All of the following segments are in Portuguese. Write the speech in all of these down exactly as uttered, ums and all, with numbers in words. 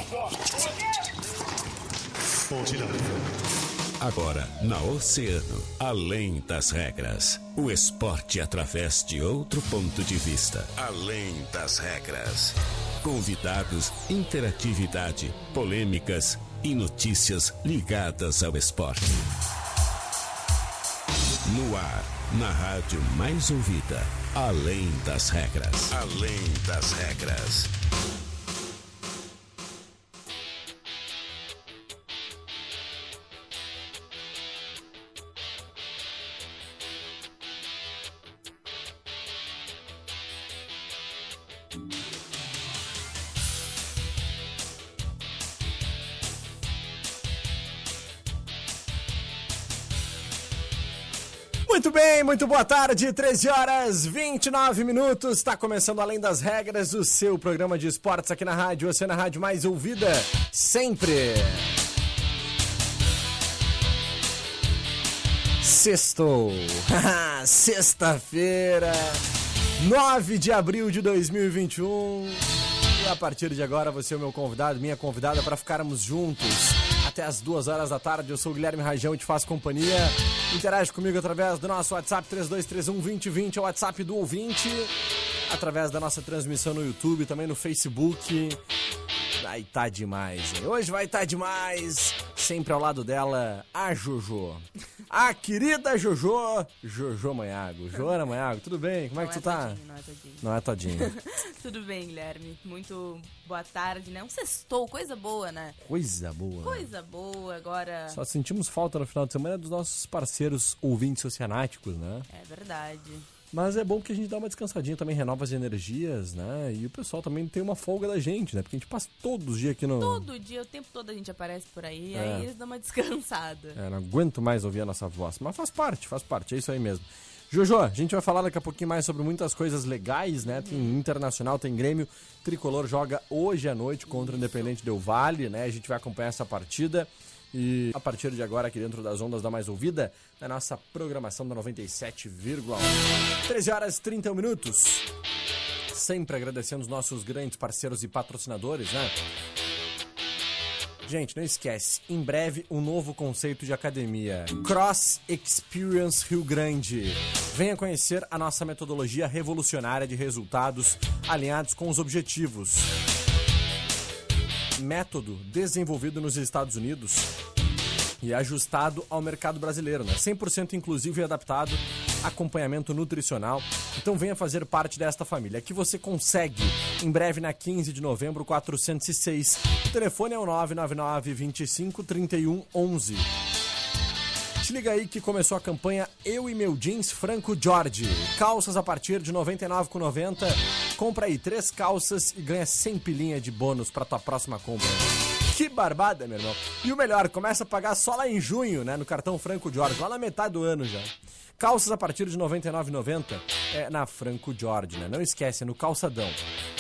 Agora, na Oceano, além das regras. O esporte através de outro ponto de vista. Além das regras. Convidados, interatividade, polêmicas e notícias ligadas ao esporte. No ar, na rádio mais ouvida. Além das regras. Além das regras. Muito bem, muito boa tarde, treze horas e vinte e nove minutos, está começando Além das Regras, o seu programa de esportes aqui na rádio, você na rádio mais ouvida, sempre. Sextou, sexta-feira, nove de abril de dois mil e vinte e um, e a partir de agora você é o meu convidado, minha convidada para ficarmos juntos até as duas horas da tarde. Eu sou o Guilherme Rajão e te faço companhia. Interage comigo através do nosso WhatsApp três dois três um, dois zero dois zero, é o WhatsApp do ouvinte, através da nossa transmissão no YouTube, também no Facebook. Vai tá demais, hein? Hoje vai tá demais. Sempre ao lado dela, a Jojo. A querida Jojo. Jojo Manhago. Joana Manhago, tudo bem? Como é que tu tá? Não é todinho. Não é todinho. Tudo bem, Guilherme. Muito boa tarde, né? Um sextou, coisa boa, né? Coisa boa. Coisa boa, agora... Só sentimos falta no final de semana dos nossos parceiros ouvintes oceanáticos, né? É verdade. Mas é bom que a gente dá uma descansadinha também, renova as energias, né? E o pessoal também tem uma folga da gente, né? Porque a gente passa todos os dias aqui no... Todo dia, o tempo todo a gente aparece por aí, é. Aí eles dão uma descansada. É, não aguento mais ouvir a nossa voz. Mas faz parte, faz parte, é isso aí mesmo. Jojo, a gente vai falar daqui a pouquinho mais sobre muitas coisas legais, né? Tem Internacional, tem Grêmio. Tricolor joga hoje à noite contra o Independente Del Valle, né? A gente vai acompanhar essa partida. E a partir de agora, aqui dentro das ondas da mais ouvida, na nossa programação da noventa e sete vírgula um. treze horas e trinta e um minutos. Sempre agradecendo os nossos grandes parceiros e patrocinadores, né? Gente, não esquece, em breve um novo conceito de academia, Cross Experience Rio Grande. Venha conhecer a nossa metodologia revolucionária de resultados alinhados com os objetivos. Método desenvolvido nos Estados Unidos e ajustado ao mercado brasileiro, né? cem por cento inclusivo e adaptado, acompanhamento nutricional. Então venha fazer parte desta família. Aqui você consegue, em breve na quinze de novembro, quatrocentos e seis. O telefone é o nove nove nove, vinte e cinco, trinta e um, onze. Te liga aí que começou a campanha Eu e Meu Jeans Franco Jorge. Calças a partir de noventa e nove reais e noventa centavos. Compra aí três calças e ganha cem pilinha de bônus para tua próxima compra. Que barbada, meu irmão. E o melhor, começa a pagar só lá em junho, né? No cartão Franco Jorge, lá na metade do ano já. Calças a partir de noventa e nove reais e noventa centavos é na Franco Jorge, né? Não esquece, é no calçadão.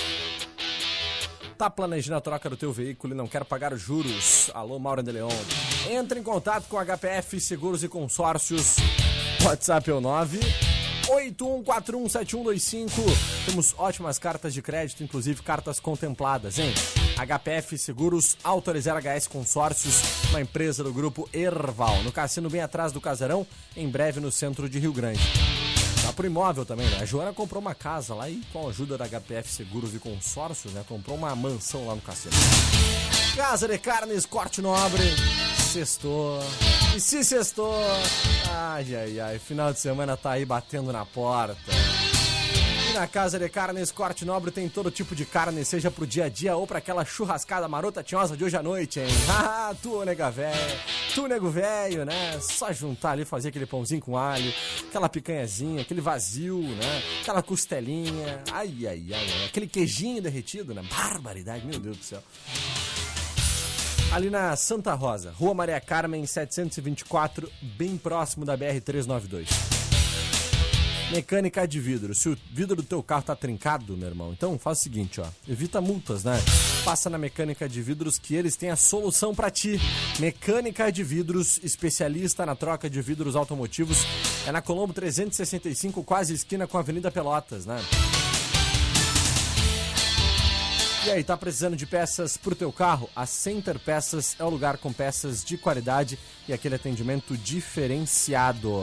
Tá planejando a troca do teu veículo e não quer pagar os juros? Alô, Mauro de Leon. Entre em contato com H P F Seguros e Consórcios. WhatsApp é o nove oito um quatro um sete um dois cinco. Temos ótimas cartas de crédito, inclusive cartas contempladas, hein? H P F Seguros, Autorizar H S Consórcios, uma empresa do grupo Erval. No cassino bem atrás do Casarão, em breve no centro de Rio Grande. Tá pro imóvel também, né? A Joana comprou uma casa lá e com a ajuda da H P F Seguros e Consórcios, né? Comprou uma mansão lá no cassino. Casa de Carnes, Corte Nobre. Sextou. E se sextou? Ai, ai, ai. Final de semana tá aí batendo na porta. E na Casa de Carnes, Corte Nobre tem todo tipo de carne, seja pro dia a dia ou pra aquela churrascada marota tinhosa de hoje à noite, hein? Ah, tu, nega velho. Tu, nego velho, né? Só juntar ali, fazer aquele pãozinho com alho, aquela picanhazinha, aquele vazio, né? Aquela costelinha. Ai, ai, ai, ai. Aquele queijinho derretido, né? Barbaridade, meu Deus do céu. Ali na Santa Rosa, Rua Maria Carmen, setecentos e vinte e quatro, bem próximo da B R trezentos e noventa e dois. Mecânica de vidro. Se o vidro do teu carro tá trincado, meu irmão, então faz o seguinte, ó. Evita multas, né? Passa na Mecânica de Vidros que eles têm a solução pra ti. Mecânica de Vidros, especialista na troca de vidros automotivos. É na Colombo trezentos e sessenta e cinco, quase esquina com a Avenida Pelotas, né? E aí, tá precisando de peças pro teu carro? A Center Peças é o lugar com peças de qualidade e aquele atendimento diferenciado.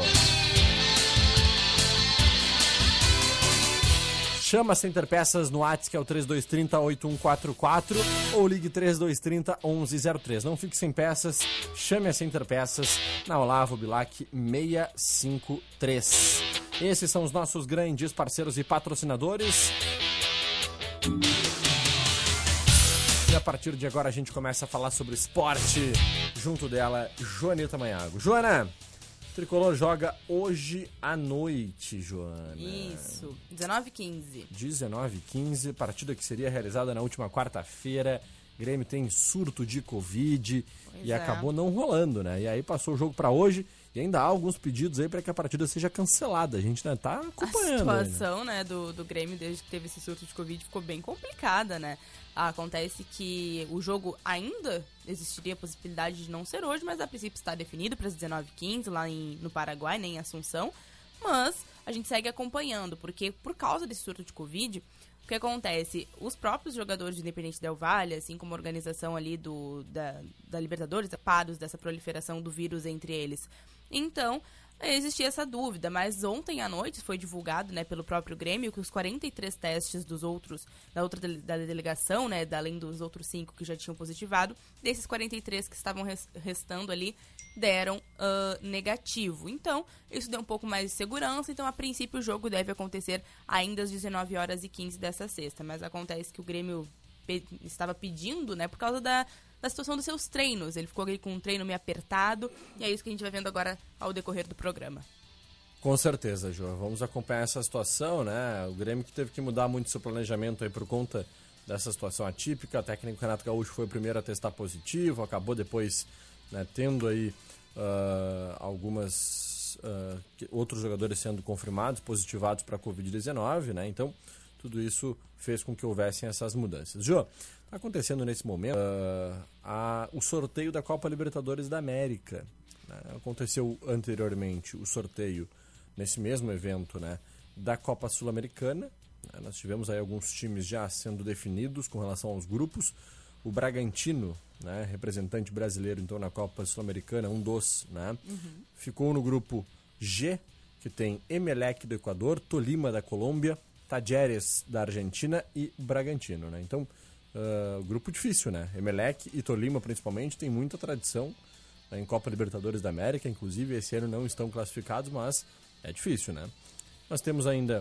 Chama a Center Peças no WhatsApp, que é o três dois três zero, oito um quatro quatro, ou ligue três dois três zero, onze zero três. Não fique sem peças, chame a Center Peças na Olavo Bilac seiscentos e cinquenta e três. Esses são os nossos grandes parceiros e patrocinadores. E a partir de agora a gente começa a falar sobre esporte. Junto dela, Joanita Manhago. Joana, o Tricolor joga hoje à noite, Joana. Isso, dezenove e quinze. dezenove e quinze, partida que seria realizada na última quarta-feira. Grêmio tem surto de Covid pois e é. acabou não rolando, né? E aí passou o jogo para hoje e ainda há alguns pedidos aí para que a partida seja cancelada. A gente né, tá acompanhando. A situação né, do, do Grêmio desde que teve esse surto de Covid ficou bem complicada, né? Acontece que o jogo ainda existiria a possibilidade de não ser hoje, mas a princípio está definido para as dezenove e quinze lá em, no Paraguai, né, em Assunção. Mas a gente segue acompanhando, porque por causa desse surto de Covid, o que acontece? Os próprios jogadores de Independente Del Valle, assim como a organização ali do, da, da Libertadores, tapados dessa proliferação do vírus entre eles. Então, existia essa dúvida, mas ontem à noite foi divulgado, né, pelo próprio Grêmio que os quarenta e três testes dos outros, da outra dele, da delegação, né, além dos outros cinco que já tinham positivado, desses quarenta e três que estavam res, restando ali, deram uh, negativo. Então, isso deu um pouco mais de segurança, então a princípio o jogo deve acontecer ainda às dezenove horas e quinze dessa sexta, mas acontece que o Grêmio pe- estava pedindo, né, por causa da da situação dos seus treinos. Ele ficou ali com um treino meio apertado e é isso que a gente vai vendo agora ao decorrer do programa. Com certeza, João. Vamos acompanhar essa situação, né? O Grêmio que teve que mudar muito seu planejamento aí por conta dessa situação atípica. O técnico Renato Gaúcho foi o primeiro a testar positivo, acabou depois né, tendo aí uh, algumas uh, outros jogadores sendo confirmados, positivados para a covid dezenove, né? Então, tudo isso fez com que houvessem essas mudanças. Jô, está acontecendo nesse momento uh, a, o sorteio da Copa Libertadores da América. Né? Aconteceu anteriormente o sorteio, nesse mesmo evento, né, da Copa Sul-Americana. Né? Nós tivemos aí alguns times já sendo definidos com relação aos grupos. O Bragantino, né, representante brasileiro então na Copa Sul-Americana, um dos, né, uhum. ficou no grupo G, que tem Emelec do Equador, Tolima da Colômbia, Tajeres da Argentina e Bragantino, né? Então, uh, grupo difícil, né? Emelec e Tolima, principalmente, tem muita tradição né, em Copa Libertadores da América. Inclusive, esse ano não estão classificados, mas é difícil, né? Nós temos ainda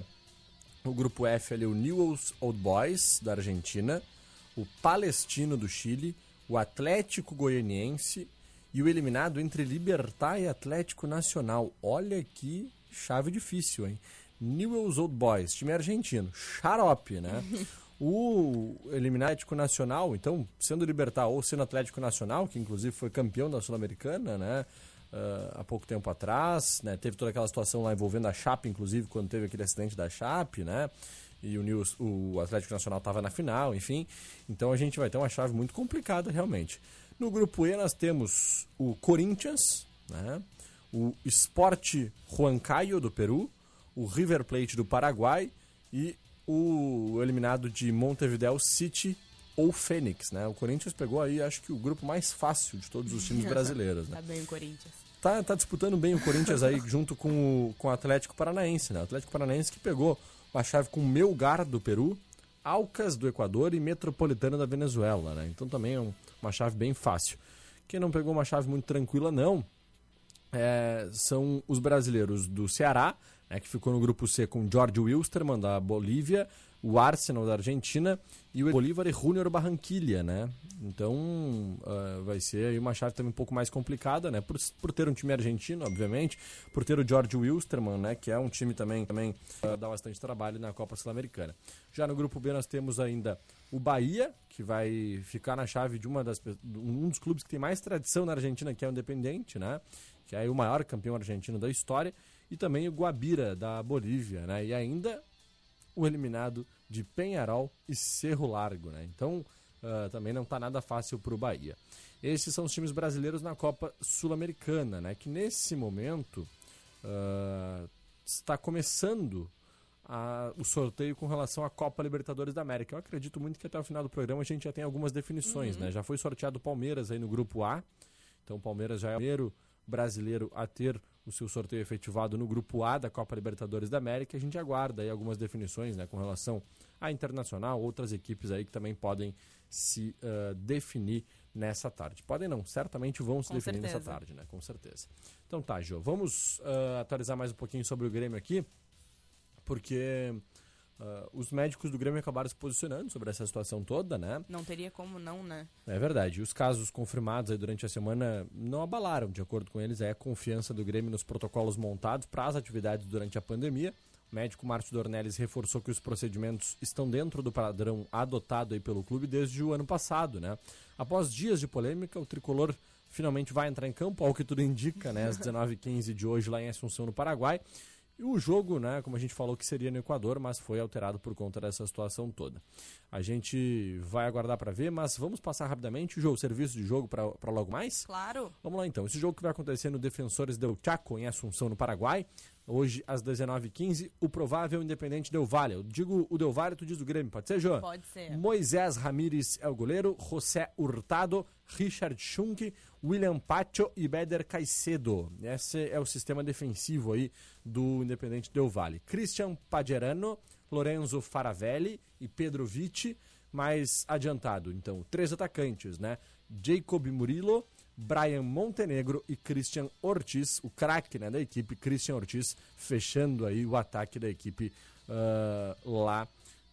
o grupo F ali, o Newell's Old Boys da Argentina, o Palestino do Chile, o Atlético Goianiense e o eliminado entre Libertad e Atlético Nacional. Olha que chave difícil, hein? Newell's Old Boys, time argentino, xarope, né? O eliminado Atlético Nacional, então, sendo Libertad ou sendo Atlético Nacional, que inclusive foi campeão da Sul-Americana, né? Uh, há pouco tempo atrás, né? Teve toda aquela situação lá envolvendo a Chape, inclusive, quando teve aquele acidente da Chape, né? E o, News, o Atlético Nacional estava na final, enfim. Então a gente vai ter uma chave muito complicada, realmente. No grupo E nós temos o Corinthians, né? O Sport Huancayo do Peru, o River Plate do Paraguai e o eliminado de Montevideo City ou Fênix, né? O Corinthians pegou aí, acho que o grupo mais fácil de todos os times brasileiros, né? Tá bem o Corinthians. Tá, tá disputando bem o Corinthians aí junto com o, com o Atlético Paranaense, né? O Atlético Paranaense que pegou uma chave com Melgar do Peru, Alcas do Equador e Metropolitano da Venezuela, né? Então também é um, uma chave bem fácil. Quem não pegou uma chave muito tranquila, não, é, são os brasileiros do Ceará, né, que ficou no grupo C com Jorge Wilstermann da Bolívia, o Arsenal da Argentina e o Bolívar e Junior Barranquilla, né? Então uh, vai ser aí uma chave também um pouco mais complicada, né? Por, por ter um time argentino, obviamente, por ter o Jorge Wilstermann, né? Que é um time também, também uh, dá bastante trabalho na Copa Sul-Americana. Já no grupo B nós temos ainda o Bahia, que vai ficar na chave de uma das, um dos clubes que tem mais tradição na Argentina, que é o Independiente, né? Que é o maior campeão argentino da história. E também o Guabira, da Bolívia, né? E ainda o eliminado de Peñarol e Cerro Largo, né? Então, uh, também não está nada fácil para o Bahia. Esses são os times brasileiros na Copa Sul-Americana, né? Que nesse momento uh, está começando a, o sorteio com relação à Copa Libertadores da América. Eu acredito muito que até o final do programa a gente já tem algumas definições, uhum. né? Já foi sorteado o Palmeiras aí no grupo A, então o Palmeiras já é o primeiro brasileiro a ter o seu sorteio efetivado no grupo A da Copa Libertadores da América. A gente aguarda aí algumas definições, né, com relação à Internacional, outras equipes aí que também podem se uh, definir nessa tarde. Podem não, certamente vão se com definir certeza. nessa tarde, né? Com certeza. Então tá, Jô, vamos uh, atualizar mais um pouquinho sobre o Grêmio aqui, porque uh, os médicos do Grêmio acabaram se posicionando sobre essa situação toda, né? Não teria como não, né? É verdade. E os casos confirmados aí durante a semana não abalaram, de acordo com eles, é a confiança do Grêmio nos protocolos montados para as atividades durante a pandemia. O médico Márcio Dornelles reforçou que os procedimentos estão dentro do padrão adotado aí pelo clube desde o ano passado, né? Após dias de polêmica, o tricolor finalmente vai entrar em campo, ao que tudo indica, né? Às dezenove e quinze de hoje lá em Assunção, no Paraguai. E o jogo, né, como a gente falou que seria no Equador, mas foi alterado por conta dessa situação toda. A gente vai aguardar para ver, mas vamos passar rapidamente o jogo, o serviço de jogo para logo mais? Claro. Vamos lá então. Esse jogo que vai acontecer no Defensores del Chaco, em Assunção, no Paraguai. Hoje, às dezenove e quinze, o provável Independente Del Valle. Eu digo o Del Valle, tu diz o Grêmio. Pode ser, Jô? Pode ser. Moisés Ramírez é o goleiro, José Hurtado, Richard Schunk, William Pacho e Beder Caicedo. Esse é o sistema defensivo aí do Independente Del Valle. Christian Pagerano, Lorenzo Faravelli e Pedro Vitti, mais adiantado. Então, três atacantes, né? Jacob Murilo, Brian Montenegro e Christian Ortiz, o craque, né, da equipe, Christian Ortiz, fechando aí o ataque da equipe uh, lá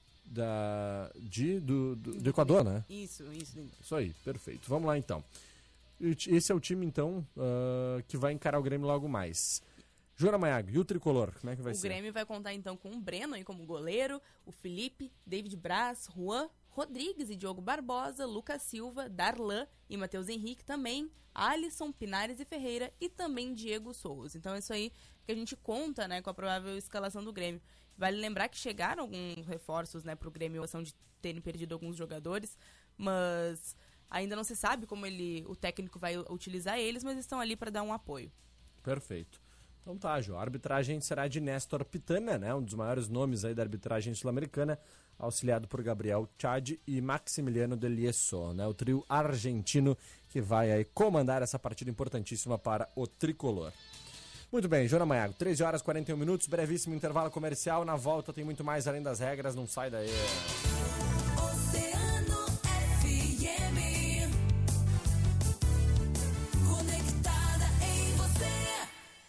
da, de, do, do, do Equador, né? Isso, isso. Isso aí, perfeito. Vamos lá então. Esse é o time então uh, que vai encarar o Grêmio logo mais. Joana Maiago, e o Tricolor, como é que vai o ser? O Grêmio vai contar então com o Breno aí como goleiro, o Felipe, David Braz, Juan Rodrigues e Diogo Barbosa, Lucas Silva, Darlan e Matheus Henrique também, Alisson, Pinares e Ferreira e também Diego Souza. Então é isso aí que a gente conta, né, com a provável escalação do Grêmio. Vale lembrar que chegaram alguns reforços, né, pro Grêmio, a ação de terem perdido alguns jogadores, mas ainda não se sabe como ele, o técnico vai utilizar eles, mas estão ali para dar um apoio. Perfeito. Então tá, Jô. A arbitragem será de Néstor Pitana, né, um dos maiores nomes aí da arbitragem sul-americana, auxiliado por Gabriel Chad e Maximiliano Delieso, né, o trio argentino que vai aí comandar essa partida importantíssima para o Tricolor. Muito bem, Joana Maiago, treze horas e quarenta e um minutos, brevíssimo intervalo comercial, na volta tem muito mais além das regras, não sai daí. Oceano F M, conectada em você.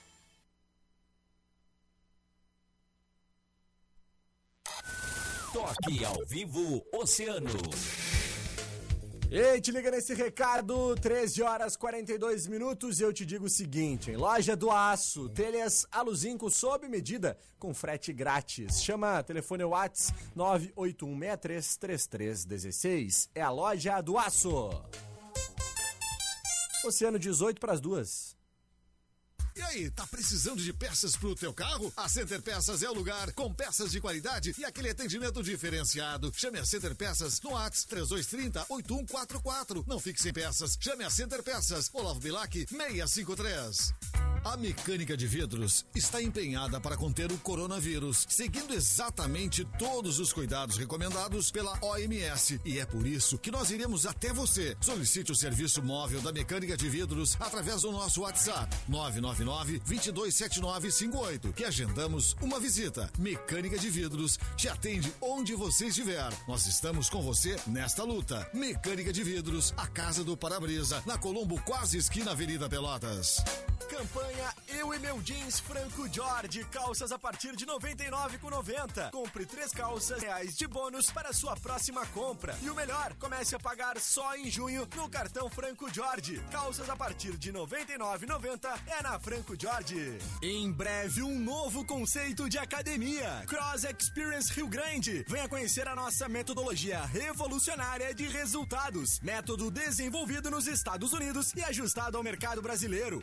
Toque ao vivo Oceano. Ei, te liga nesse recado, treze horas e quarenta e dois minutos, e eu te digo o seguinte, em Loja do Aço, telhas Aluzinco sob medida, com frete grátis. Chama, telefone WhatsApp nove oito um seis três três três um seis, é a Loja do Aço. Oceano, dezoito para as duas. E aí, tá precisando de peças pro teu carro? A Center Peças é o lugar, com peças de qualidade e aquele atendimento diferenciado. Chame a Center Peças no WhatsApp três dois três zero oito um quatro quatro. Não fique sem peças. Chame a Center Peças, Olavo Bilac seiscentos e cinquenta e três. A Mecânica de Vidros está empenhada para conter o coronavírus, seguindo exatamente todos os cuidados recomendados pela O M S. E é por isso que nós iremos até você. Solicite o serviço móvel da Mecânica de Vidros através do nosso WhatsApp nove nove nove, dois dois sete nove cinco oito, que agendamos uma visita. Mecânica de Vidros te atende onde você estiver. Nós estamos com você nesta luta. Mecânica de Vidros, a casa do para-brisa, na Colombo, quase esquina Avenida Pelotas. Campanha Eu e Meu Jeans Franco Jorge, calças a partir de noventa e nove reais com noventa. Compre três calças reais de bônus para sua próxima compra. E o melhor, comece a pagar só em junho no cartão Franco Jorge. Calças a partir de noventa e nove reais e noventa é na Franco Jorge. Em breve, um novo conceito de academia. Cross Experience Rio Grande. Venha conhecer a nossa metodologia revolucionária de resultados. Método desenvolvido nos Estados Unidos e ajustado ao mercado brasileiro. Acompanhe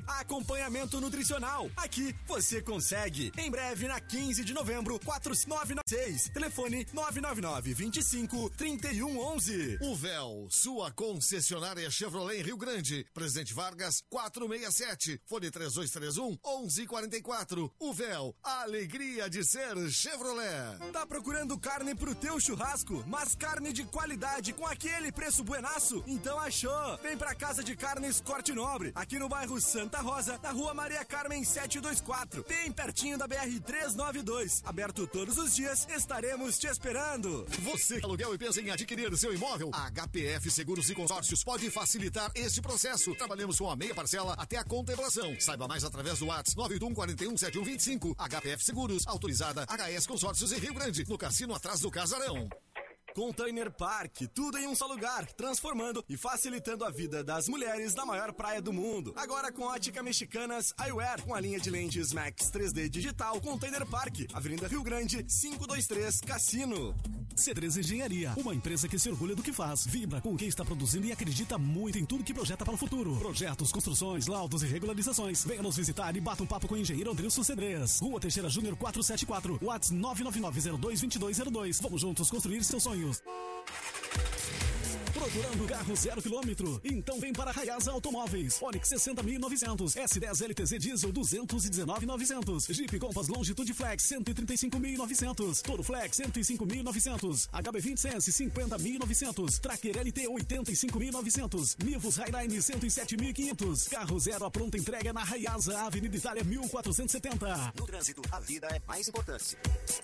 acompanhamento nutricional. Aqui você consegue. Em breve, na quinze de novembro, quatro nove nove seis. Telefone nove nove nove, vinte e cinco, trinta e um onze. O Véu, sua concessionária Chevrolet em Rio Grande. Presidente Vargas, quatrocentos e sessenta e sete. Fone três dois três um, onze quarenta e quatro. O Véu, a alegria de ser Chevrolet. Tá procurando carne pro teu churrasco, mas carne de qualidade com aquele preço buenaço? Então achou! Vem pra Casa de Carnes Corte Nobre, aqui no bairro Santa Rosa, na rua Maria Carmen setecentos e vinte e quatro, bem pertinho da B R trezentos e noventa e dois. Aberto todos os dias, estaremos te esperando. Você que aluguel e pensa em adquirir seu imóvel? A H P F Seguros e Consórcios pode facilitar este processo. Trabalhamos com a meia parcela até a contemplação. Saiba mais através do WhatsApp nove oito um, quatro um, sete um dois cinco. H P F Seguros, autorizada H S Consórcios em Rio Grande, no cassino atrás do Casarão. Container Park, tudo em um só lugar, transformando e facilitando a vida das mulheres na maior praia do mundo. Agora com ótica Mexicanas Eyewear, com a linha de lentes Max três D Digital. Container Park, Avenida Rio Grande, quinhentos e vinte e três, Cassino. C três Engenharia, uma empresa que se orgulha do que faz, vibra com quem está produzindo e acredita muito em tudo que projeta para o futuro. Projetos, construções, laudos e regularizações. Venha nos visitar e bata um papo com o engenheiro Andrilson Cedrez. Rua Teixeira Júnior quatrocentos e setenta e quatro, WhatsApp nove nove nove zero dois dois dois zero dois. Vamos juntos construir seus sonhos. Procurando carro zero quilômetro? Então vem para Hayasa Automóveis. Onix sessenta mil e novecentos, S dez L T Z Diesel duzentos e dezenove mil e novecentos, Jeep Compass Longitude Flex cento e trinta e cinco mil e novecentos, Toro Flex cento e cinco mil e novecentos, H B vinte Sense cinquenta mil e novecentos, Tracker L T oitenta e cinco mil e novecentos, Nivus Highline cento e sete mil e quinhentos. Carro zero a pronta entrega na Hayasa, Avenida Itália mil quatrocentos e setenta. No trânsito, a vida é mais importante.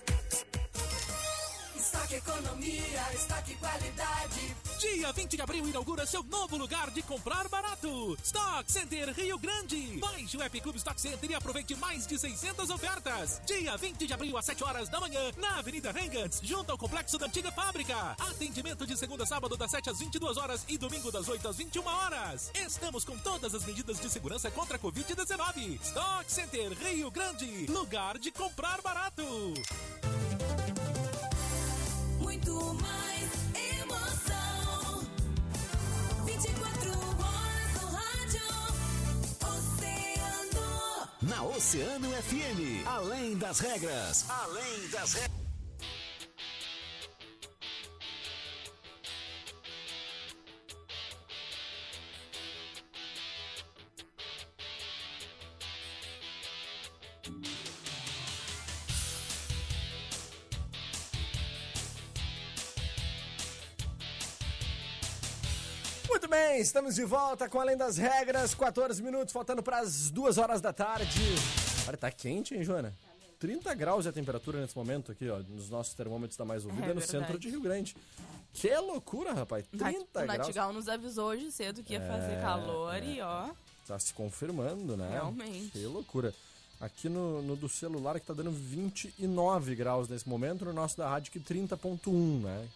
Estoque economia, estoque qualidade. Dia vinte de abril inaugura seu novo lugar de comprar barato. Stock Center Rio Grande. Baixe o app Clube Stock Center e aproveite mais de seiscentas ofertas. Dia vinte de abril às sete horas da manhã, na Avenida Rengats, junto ao complexo da antiga fábrica. Atendimento de segunda a sábado das sete às vinte e duas horas e domingo das oito às vinte e uma horas. Estamos com todas as medidas de segurança contra a covid dezenove. Stock Center Rio Grande. Lugar de comprar barato. Muito mais emoção. vinte e quatro horas no rádio. Oceano. Na Oceano F M, além das regras, além das regras. Muito bem, estamos de volta com Além das Regras, quatorze minutos, faltando para as duas horas da tarde. Olha, tá quente, hein, Joana? trinta graus é a temperatura nesse momento aqui, ó, nos nossos termômetros da Mais Ouvida, É no verdade. centro de Rio Grande. Que loucura, rapaz, trinta O graus. Natigal nos avisou hoje cedo que ia fazer É, calor é. e ó, Tá se confirmando, né? Realmente. Que loucura. Aqui no, no do celular que tá dando vinte e nove graus nesse momento, no nosso da rádio que trinta ponto um, né?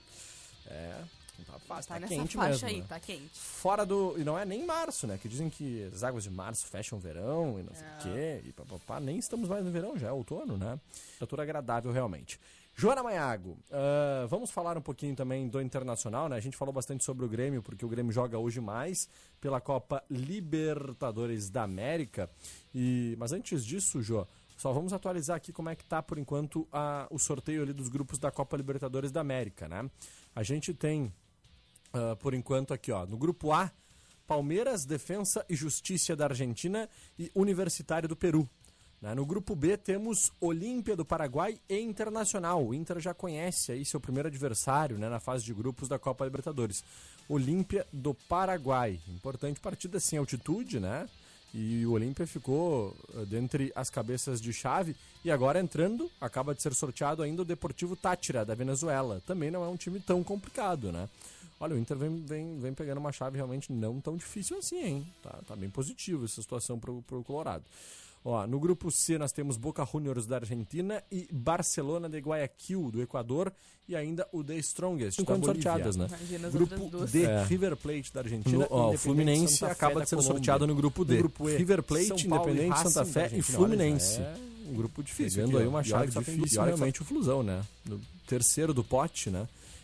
É, não tá fácil, tá tá, nessa quente faixa mesmo, aí, né? tá quente. Fora do... E não é nem março, né? Que dizem que as águas de março fecham o verão e não sei o quê. E papapá, nem estamos mais no verão, já é outono, né? Temperatura agradável realmente. Joana Maiago, uh, vamos falar um pouquinho também do Internacional, né? A gente falou bastante sobre o Grêmio, porque o Grêmio joga hoje mais pela Copa Libertadores da América. E... Mas antes disso, Jô, só vamos atualizar aqui como é que tá, por enquanto, a... o sorteio ali dos grupos da Copa Libertadores da América, né? A gente tem... Uh, por enquanto aqui, ó, no grupo A, Palmeiras, Defensa e Justiça da Argentina e Universitário do Peru. Né? No grupo B temos Olímpia do Paraguai e Internacional. O Inter já conhece aí seu primeiro adversário, né, na fase de grupos da Copa Libertadores. Olímpia do Paraguai. Importante partida sem altitude, né? E o Olímpia ficou uh, dentre as cabeças de chave. E agora entrando, acaba de ser sorteado ainda o Deportivo Táchira, da Venezuela. Também não é um time tão complicado, né? Olha, o Inter vem, vem, vem pegando uma chave realmente não tão difícil assim, hein? Tá, tá bem positivo essa situação pro, pro Colorado. Ó, no grupo C nós temos Boca Juniors da Argentina e Barcelona de Guayaquil do Equador e ainda o The Strongest enquanto sorteadas, né? Imagina as Grupo outras duas. D, É. River Plate da Argentina. No- ó, o Independente Fluminense Santa Fé acaba da de ser Colômbia. sorteado no grupo D. No grupo E, River Plate, São Paulo e Independente, Racing Santa da Fé e Argentina. Fluminense. Olha, é um grupo difícil. Pegando aqui, aí ó. uma E olha chave que tá difícil, tendo- e olha que realmente, o Flusão, né? No terceiro do pote, né?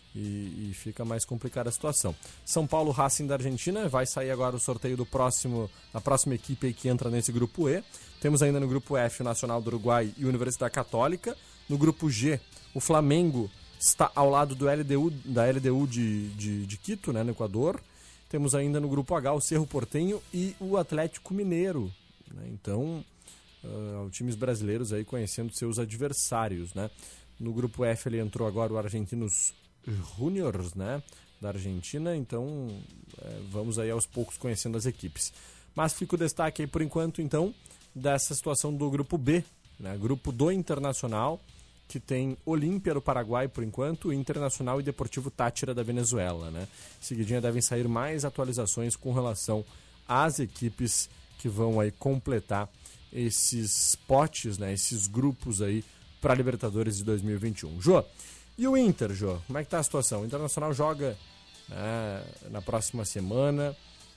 e, e fica mais complicada a situação. São Paulo Racing da Argentina, vai sair agora o sorteio do próximo, da próxima equipe aí que entra nesse grupo E. Temos ainda no grupo F o Nacional do Uruguai e Universidade Católica. No grupo G, o Flamengo está ao lado do L D U, da L D U de, de, de Quito, né, no Equador. Temos ainda no grupo H o Cerro Porteño e o Atlético Mineiro, né? Então, uh, times brasileiros aí conhecendo seus adversários, né? No grupo F ele entrou agora o Argentinos Juniors, né, da Argentina. Então, uh, vamos aí aos poucos conhecendo as equipes. Mas fica o destaque aí por enquanto, então, dessa situação do grupo B, né? Grupo do Internacional, que tem Olímpia do Paraguai por enquanto, Internacional e Deportivo Táchira da Venezuela, né? Em seguidinha devem sair mais atualizações com relação às equipes que vão aí completar esses potes, né? Esses grupos aí para Libertadores de dois mil e vinte e um. Jô, e o Inter, Jô? Como é que tá a situação? O Internacional joga, né, na próxima semana,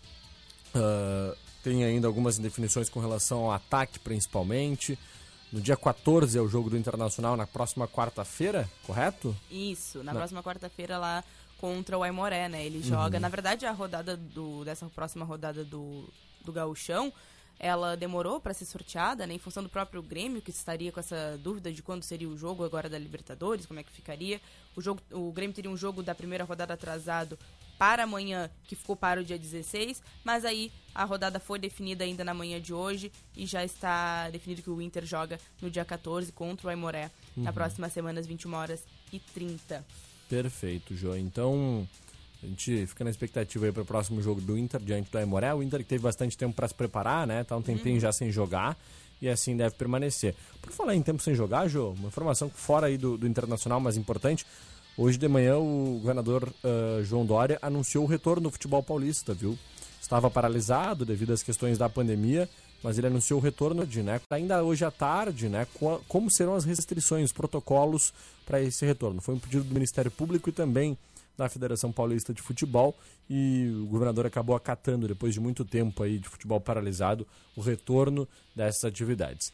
uh, tem ainda algumas indefinições com relação ao ataque principalmente. No dia quatorze é o jogo do Internacional, na próxima quarta-feira, correto? Isso, na, na... próxima quarta-feira lá contra o Aimoré, né? Ele uhum. joga, na verdade, a rodada do, dessa próxima rodada do, do Gauchão, ela demorou para ser sorteada, né? Em função do próprio Grêmio, que estaria com essa dúvida de quando seria o jogo agora da Libertadores, como é que ficaria. O, jogo, o Grêmio teria um jogo da primeira rodada atrasado para amanhã, que ficou para o dia dezesseis, mas aí a rodada foi definida ainda na manhã de hoje e já está definido que o Inter joga no dia quatorze contra o Aimoré, uhum. na próxima semana às vinte e uma horas e trinta. Perfeito, Jô. Então, a gente fica na expectativa aí para o próximo jogo do Inter diante do Aimoré. O Inter que teve bastante tempo para se preparar, né? Tá um tempinho uhum. já sem jogar e assim deve permanecer. Por falar em tempo sem jogar, Jô, uma informação fora aí do, do Internacional, mas importante. Hoje de manhã o governador uh, João Dória anunciou o retorno do futebol paulista, viu? Estava paralisado devido às questões da pandemia, mas ele anunciou o retorno de, né? Ainda hoje à tarde, né? Como serão as restrições, os protocolos para esse retorno. Foi um pedido do Ministério Público e também da Federação Paulista de Futebol, e o governador acabou acatando, depois de muito tempo aí de futebol paralisado, o retorno dessas atividades.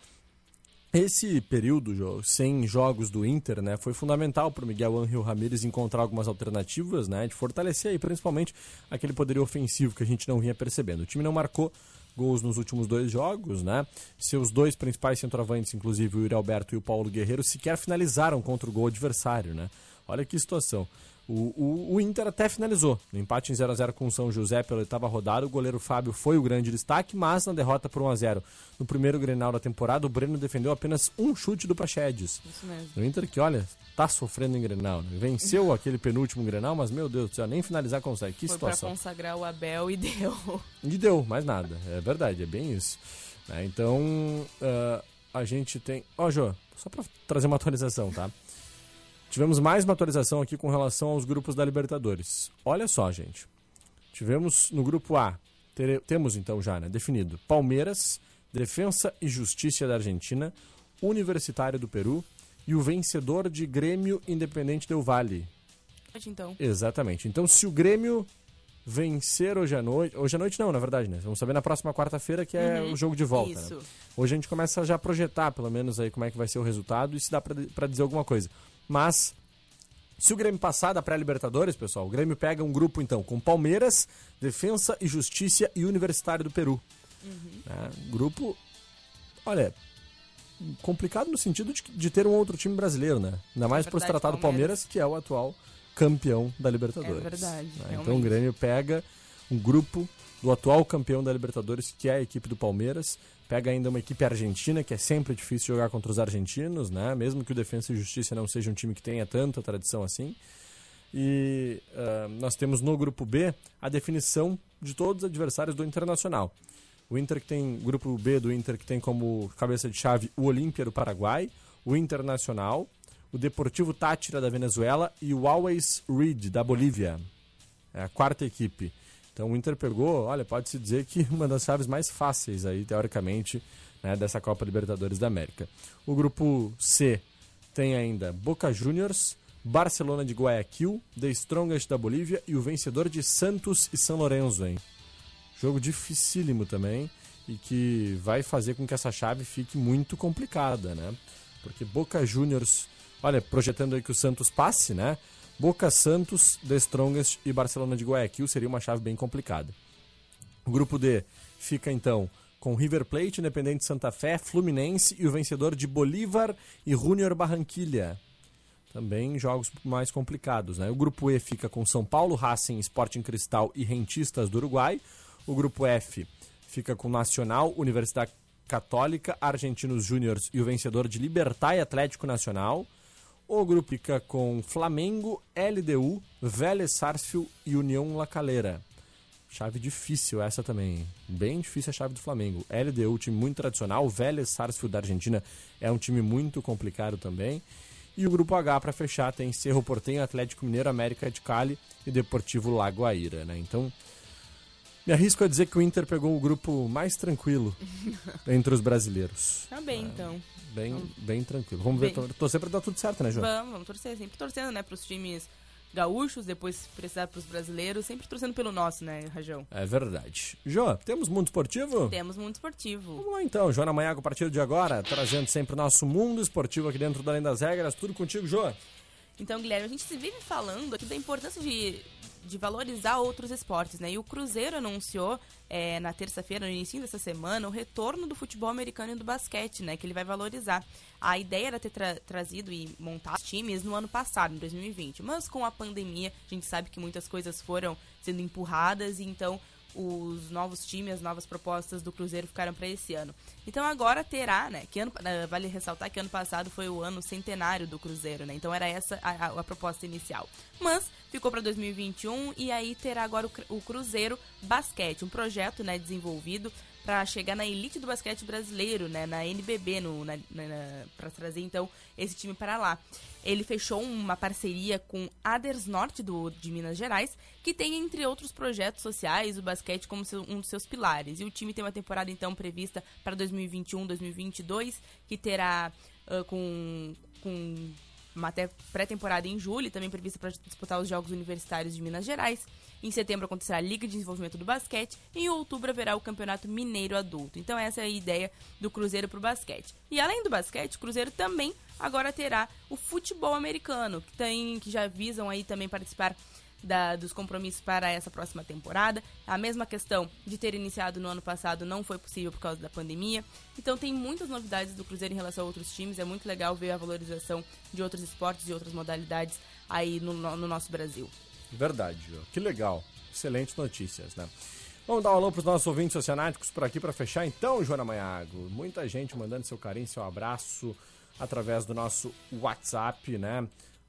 Esse período sem jogos do Inter, né, foi fundamental para o Miguel Ángel Ramírez encontrar algumas alternativas, né, de fortalecer aí, principalmente aquele poderio ofensivo que a gente não vinha percebendo. O time não marcou gols nos últimos dois jogos, né? Seus dois principais centroavantes, inclusive o Yuri Alberto e o Paulo Guerreiro, sequer finalizaram contra o gol adversário, né? Olha que situação. O, o, o Inter até finalizou. No empate em zero a zero com o São José pela oitava rodada, o goleiro Fábio foi o grande destaque, mas na derrota por um a zero no primeiro Grenal da temporada, o Breno defendeu apenas um chute do Praxedes. Isso mesmo. O Inter que, olha, tá sofrendo em Grenal, né? Venceu aquele penúltimo Grenal, mas, meu Deus do céu, nem finalizar consegue. Que foi situação. Foi pra consagrar o Abel e deu. E deu, mais nada. É verdade, é bem isso. Né? Então, uh, a gente tem... Ó, Jô, só pra trazer uma atualização, tá? Tivemos mais uma atualização aqui com relação aos grupos da Libertadores. Olha só, gente. Tivemos no grupo A, tere, temos então já, né, definido, Palmeiras, Defensa e Justiça da Argentina, Universitário do Peru e o vencedor de Grêmio Independente Del Valle. Então. Exatamente. Então, se o Grêmio vencer hoje à noite... Hoje à noite não, na verdade, né? Vamos saber na próxima quarta-feira, que é uhum, o jogo de volta. Isso. Né? Hoje a gente começa já a projetar, pelo menos, aí como é que vai ser o resultado e se dá pra, pra dizer alguma coisa. Mas, se o Grêmio passar da pré-Libertadores, pessoal, o Grêmio pega um grupo, então, com Palmeiras, Defensa e Justiça e Universitário do Peru. Uhum. É, grupo, olha, complicado no sentido de, de ter um outro time brasileiro, né? Ainda mais por se tratar do Palmeiras, que é o atual campeão da Libertadores. É verdade, né? Então o Grêmio pega um grupo do atual campeão da Libertadores, que é a equipe do Palmeiras, pega ainda uma equipe argentina, que é sempre difícil jogar contra os argentinos, né? Mesmo que o Defensa e Justiça não seja um time que tenha tanta tradição assim. E uh, nós temos no grupo B a definição de todos os adversários do Internacional. O Inter que tem, grupo B do Inter que tem como cabeça de chave o Olímpia do Paraguai, o Internacional, o Deportivo Táchira da Venezuela e o Always Read da Bolívia. É a quarta equipe. Então o Inter pegou, olha, pode-se dizer que uma das chaves mais fáceis aí, teoricamente, né, dessa Copa Libertadores da América. O grupo C tem ainda Boca Juniors, Barcelona de Guayaquil, The Strongest da Bolívia e o vencedor de Santos e São Lourenço, hein? Jogo dificílimo também e que vai fazer com que essa chave fique muito complicada, né? Porque Boca Juniors, olha, projetando aí que o Santos passe, né? Boca, Santos, The Strongest e Barcelona de Guayaquil. Seria uma chave bem complicada. O grupo D fica então com River Plate, Independente Santa Fé, Fluminense e o vencedor de Bolívar e Junior Barranquilla. Também jogos mais complicados, né? O grupo E fica com São Paulo, Racing, Sporting Cristal e Rentistas do Uruguai. O grupo F fica com Nacional, Universidade Católica, Argentinos Júniors e o vencedor de Libertad e Atlético Nacional. O grupo fica com Flamengo, L D U, Vélez Sarsfield e União La Calera. Chave difícil essa também, bem difícil a chave do Flamengo. L D U, time muito tradicional, Vélez Sarsfield da Argentina é um time muito complicado também. E o grupo H, para fechar, tem Cerro Porteño, Atlético Mineiro, América de Cali e Deportivo Lagoaíra, né? Então, me arrisco a dizer que o Inter pegou o grupo mais tranquilo entre os brasileiros. Tá bem, é, então. Bem, Então, bem tranquilo. Vamos bem... ver, torcer para dar tudo certo, né, João? Vamos, vamos torcer, sempre torcendo, né, pros times gaúchos, depois se precisar pros brasileiros, sempre torcendo pelo nosso, né, Rajão? É verdade. Jô, temos Mundo Esportivo? Temos Mundo Esportivo. Vamos lá então, Joana Maiago, a partir de agora, trazendo sempre o nosso Mundo Esportivo aqui dentro do Além das Regras. Tudo contigo, Jô. Então, Guilherme, a gente se vive falando aqui da importância de, de valorizar outros esportes, né? E o Cruzeiro anunciou é, na terça-feira, no início dessa semana, o retorno do futebol americano e do basquete, né? Que ele vai valorizar. A ideia era ter tra- trazido e montado os times no ano passado, em dois mil e vinte. Mas com a pandemia, a gente sabe que muitas coisas foram sendo empurradas e então os novos times, as novas propostas do Cruzeiro ficaram para esse ano. Então agora terá, né, que ano, vale ressaltar que ano passado foi o ano centenário do Cruzeiro, né, então era essa a, a, a proposta inicial. Mas ficou para dois mil e vinte e um e aí terá agora o, o Cruzeiro Basquete, um projeto, né, desenvolvido para chegar na elite do basquete brasileiro, né, na N B B, no, na, na, para trazer então esse time para lá. Ele fechou uma parceria com Aders Norte do, de Minas Gerais, que tem, entre outros projetos sociais, o basquete como seu, um dos seus pilares. E o time tem uma temporada então prevista para dois mil e vinte e um, dois mil e vinte e dois, que terá uh, com, com uma até pré-temporada em julho, também prevista para disputar os Jogos Universitários de Minas Gerais. Em setembro acontecerá a Liga de Desenvolvimento do Basquete e em outubro haverá o Campeonato Mineiro Adulto. Então essa é a ideia do Cruzeiro para o basquete. E além do basquete, o Cruzeiro também agora terá o futebol americano, que, tem, que já visam aí também participar da, dos compromissos para essa próxima temporada. A mesma questão de ter iniciado no ano passado não foi possível por causa da pandemia. Então tem muitas novidades do Cruzeiro em relação a outros times. É muito legal ver a valorização de outros esportes e outras modalidades aí no, no nosso Brasil. Verdade, Jô. Que legal. Excelentes notícias, né? Vamos dar um alô para os nossos ouvintes oceanáticos por aqui para fechar então, Joana Maiago. Muita gente mandando seu carinho, seu abraço através do nosso WhatsApp, né?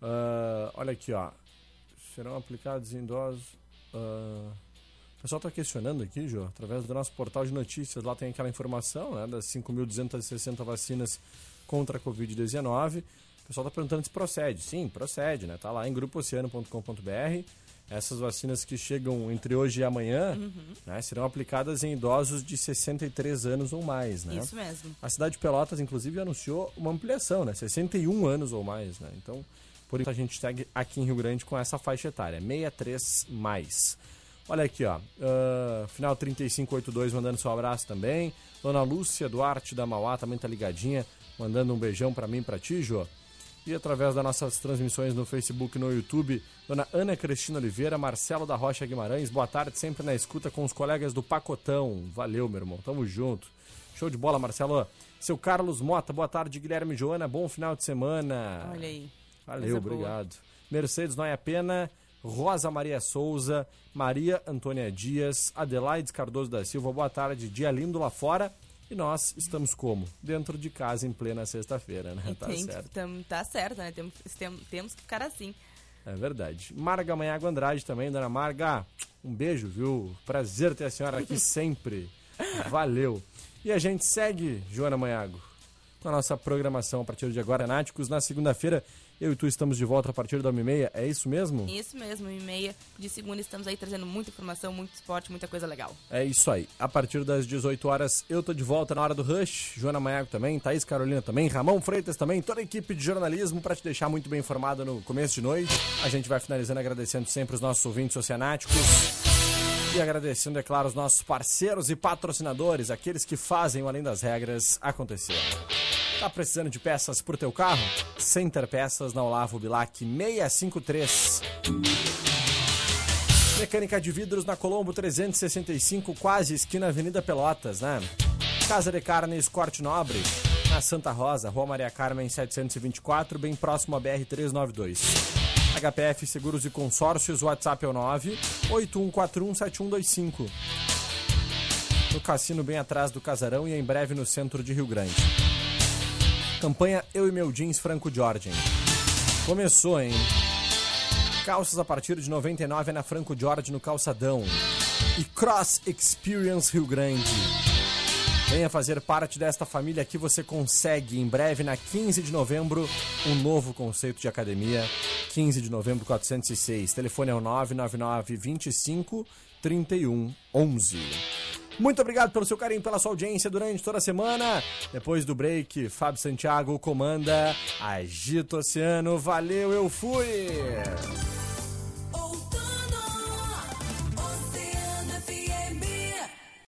Uh, olha aqui, ó. Serão aplicados em doses... Uh... O pessoal está questionando aqui, Jô, através do nosso portal de notícias. Lá tem aquela informação, né? Das cinco mil duzentas e sessenta vacinas contra a covid dezenove. O pessoal está perguntando se procede. Sim, procede, né? Tá lá em grupo oceano ponto com ponto b r. Essas vacinas que chegam entre hoje e amanhã, uhum, né, serão aplicadas em idosos de sessenta e três anos ou mais, né? Isso mesmo. A cidade de Pelotas, inclusive, anunciou uma ampliação, né? sessenta e um anos ou mais, né? Então, por isso a gente segue aqui em Rio Grande com essa faixa etária, sessenta e três mais. Olha aqui, ó. Uh, final trinta e cinco oitenta e dois mandando seu abraço também. Dona Lúcia Duarte da Mauá também tá ligadinha, mandando um beijão pra mim e pra ti, Jô. E através das nossas transmissões no Facebook e no YouTube, Dona Ana Cristina Oliveira, Marcelo da Rocha Guimarães, boa tarde, sempre na escuta com os colegas do Pacotão. Valeu, meu irmão, tamo junto. Show de bola, Marcelo. Seu Carlos Mota, boa tarde, Guilherme e Joana, bom final de semana. Olha aí. Valeu, obrigado. Boa. Mercedes Noia Pena, Rosa Maria Souza, Maria Antônia Dias, Adelaide Cardoso da Silva, boa tarde, dia lindo lá fora. E nós estamos como? Dentro de casa em plena sexta-feira, né? Tá tem, certo. Tam, tá certo, né? Temos, tem, temos que ficar assim. É verdade. Marga Manhago Andrade também, dona Marga. Um beijo, viu? Prazer ter a senhora aqui sempre. Valeu. E a gente segue, Joana Manhago, com a nossa programação a partir de agora, Náticos. Na segunda-feira, eu e tu estamos de volta a partir da uma e meia. É isso mesmo? Isso mesmo, uma e meia de segunda estamos aí trazendo muita informação, muito esporte, muita coisa legal. É isso aí. A partir das dezoito horas eu tô de volta na hora do Rush. Joana Maiago também, Thaís Carolina também, Ramon Freitas também, toda a equipe de jornalismo para te deixar muito bem informado no começo de noite. A gente vai finalizando agradecendo sempre os nossos ouvintes oceanáticos. E agradecendo, é claro, os nossos parceiros e patrocinadores, aqueles que fazem o Além das Regras acontecer. Tá precisando de peças pro teu carro? Center Peças na Olavo Bilac seiscentos e cinquenta e três. Mecânica de vidros na Colombo trezentos e sessenta e cinco, quase esquina Avenida Pelotas, né? Casa de Carnes Corte Nobre, na Santa Rosa, Rua Maria Carmen setecentos e vinte e quatro, bem próximo a B R trezentos e noventa e dois. H P F Seguros e Consórcios, WhatsApp é o nove oito um quatro um sete um dois cinco. No cassino bem atrás do Casarão e em breve no centro de Rio Grande. Campanha Eu e Meu Jeans Franco Jordan. Começou, hein? Calças a partir de noventa e nove é na Franco Jordan no Calçadão. E Cross Experience Rio Grande. Venha fazer parte desta família que você consegue. Em breve, na quinze de novembro, um novo conceito de academia. quinze de novembro, quatrocentos e seis. Telefone é o nove nove nove, vinte e cinco, trinta e um, onze. Muito obrigado pelo seu carinho, pela sua audiência durante toda a semana. Depois do break, Fábio Santiago comanda Agito Oceano. Valeu, eu fui!